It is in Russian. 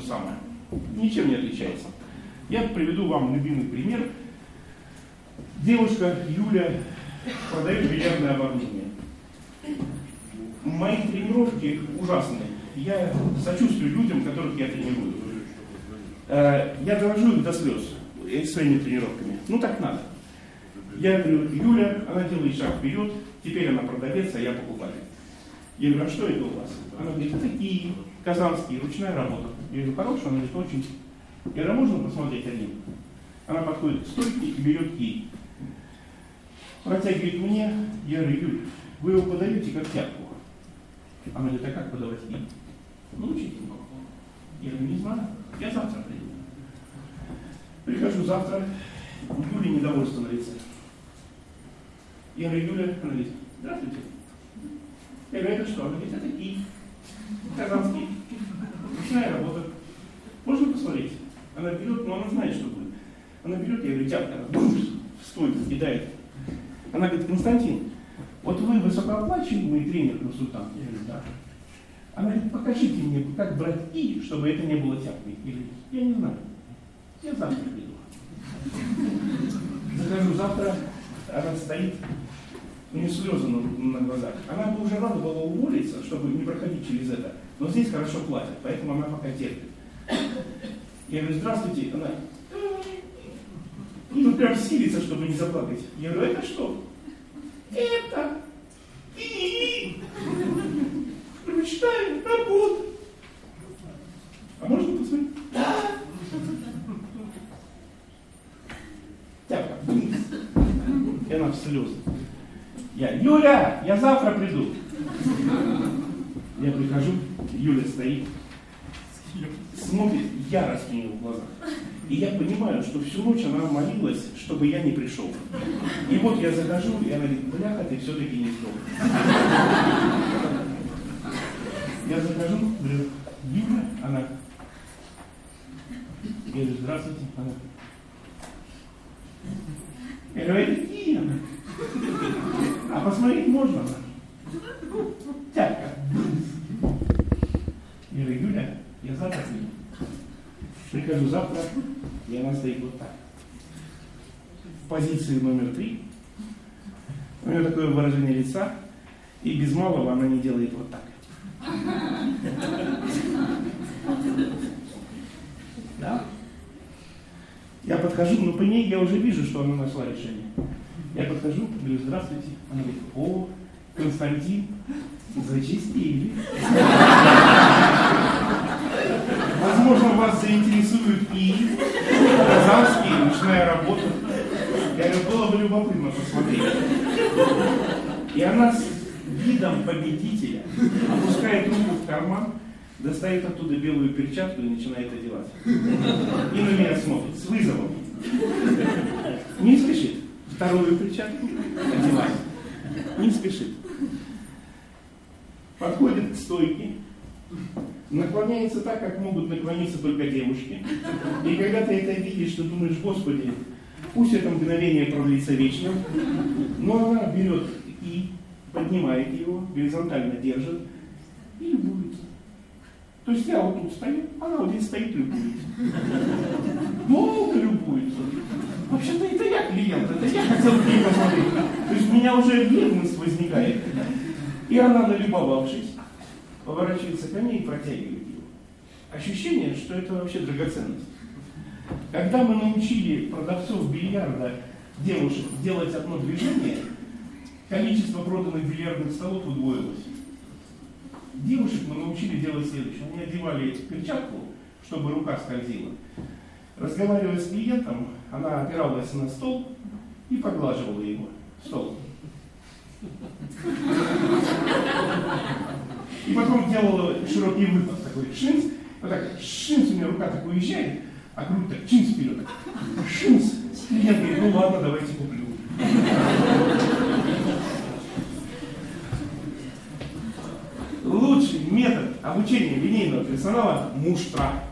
самое. Ничем не отличается. Я приведу вам любимый пример. Девушка Юля продает бильярдное оборудование. Мои тренировки ужасные. Я сочувствую людям, которых я тренирую. Я довожу их до слез своими тренировками. Ну так надо. Я говорю, Юля, она делает шаг вперед, теперь она продавец, а я покупатель. Я говорю, а что это у вас? Она говорит, это кии, казанские, ручная работа. Я говорю, хорошо, она говорит, очень. Я говорю, а можно посмотреть один? Она подходит к стойке и берет кий. Протягивает мне, я говорю, Юль, вы его подаете как тяпку. Она говорит, а как подавать кий? Научите меня. Я говорю, не знаю, я завтра приду. Прихожу завтра, у Юли недовольство на лице. Я говорю, Юля, она говорит, здравствуйте. Я говорю, это что? Она говорит, это кий, казанский, ручная работа. Можно посмотреть? Она берет, но она знает, что будет. Она берет, я говорю, тяпка, в стойку кидает. Она говорит, Константин, вот вы высокооплачиваемый тренер-консультант. Я говорю, да. Она говорит, покажите мне, как брать кий, чтобы это не было тяпкой. Я говорю, я не знаю. Я завтра приду. Захожу завтра, она стоит, у нее слезы на глазах. Она бы уже рада была уволиться, чтобы не проходить через это. Но здесь хорошо платят, поэтому она пока терпит. Я говорю, здравствуйте. Она, ну прям силится, чтобы не заплакать. Я говорю, это что? Это ручная работа. А можно посмотреть? Да. Тяпка. И она в слезы. Юля, я завтра приду. Я прихожу, Юля стоит, смотрит ярость у нее в глазах. И я понимаю, что всю ночь она молилась, чтобы я не пришел. И вот я захожу, и она говорит, бляха, ты все-таки не сдох. Я захожу, говорю, Юля, она. Я говорю, здравствуйте. Она. Я говорю, это какие она? А посмотреть можно? Тяпка. Я говорю, Юля, я завтра приду. Прихожу завтра, и она стоит вот так. В позиции номер 3. У нее такое выражение лица, и без малого она не делает вот так. Да? Я подхожу, но по ней я уже вижу, что она нашла решение. Я подхожу, говорю, здравствуйте. Она говорит, о, Константин, зачистили. Возможно, вас заинтересует и казанский, ручная работа. Я говорю, было бы любопытно посмотреть. И она с видом победителя опускает руку в карман, достает оттуда белую перчатку и начинает одевать. И на меня смотрит с вызовом. Не спешит. Вторую перчатку одевает. Не спешит. Подходит к стойке. Наклоняется так, как могут наклониться только девушки. И когда ты это видишь, ты думаешь, Господи, пусть это мгновение продлится вечно. Но она берет и поднимает его, горизонтально держит и любуется. То есть я вот тут стою, она вот здесь стоит, любуется. Долго любуется. Вообще-то это я клиент, это я хотел фильм посмотреть. То есть у меня уже ревность возникает. И она, налюбовавшись, поворачивается ко мне и протягивает его. Ощущение, что это вообще драгоценность. Когда мы научили продавцов бильярда, девушек, делать одно движение, количество проданных бильярдных столов удвоилось. Девушек мы научили делать следующее. Они одевали перчатку, чтобы рука скользила. Разговаривая с клиентом, она опиралась на стол и поглаживала его. Стол. И потом делала широкий выпад, такой шинс. Вот так, шинс, у меня рука так уезжает, а грудь так, чинс вперед. Шинс. Клиент говорит, ну ладно, давайте куплю. Лучший метод обучения линейного персонала – муштра.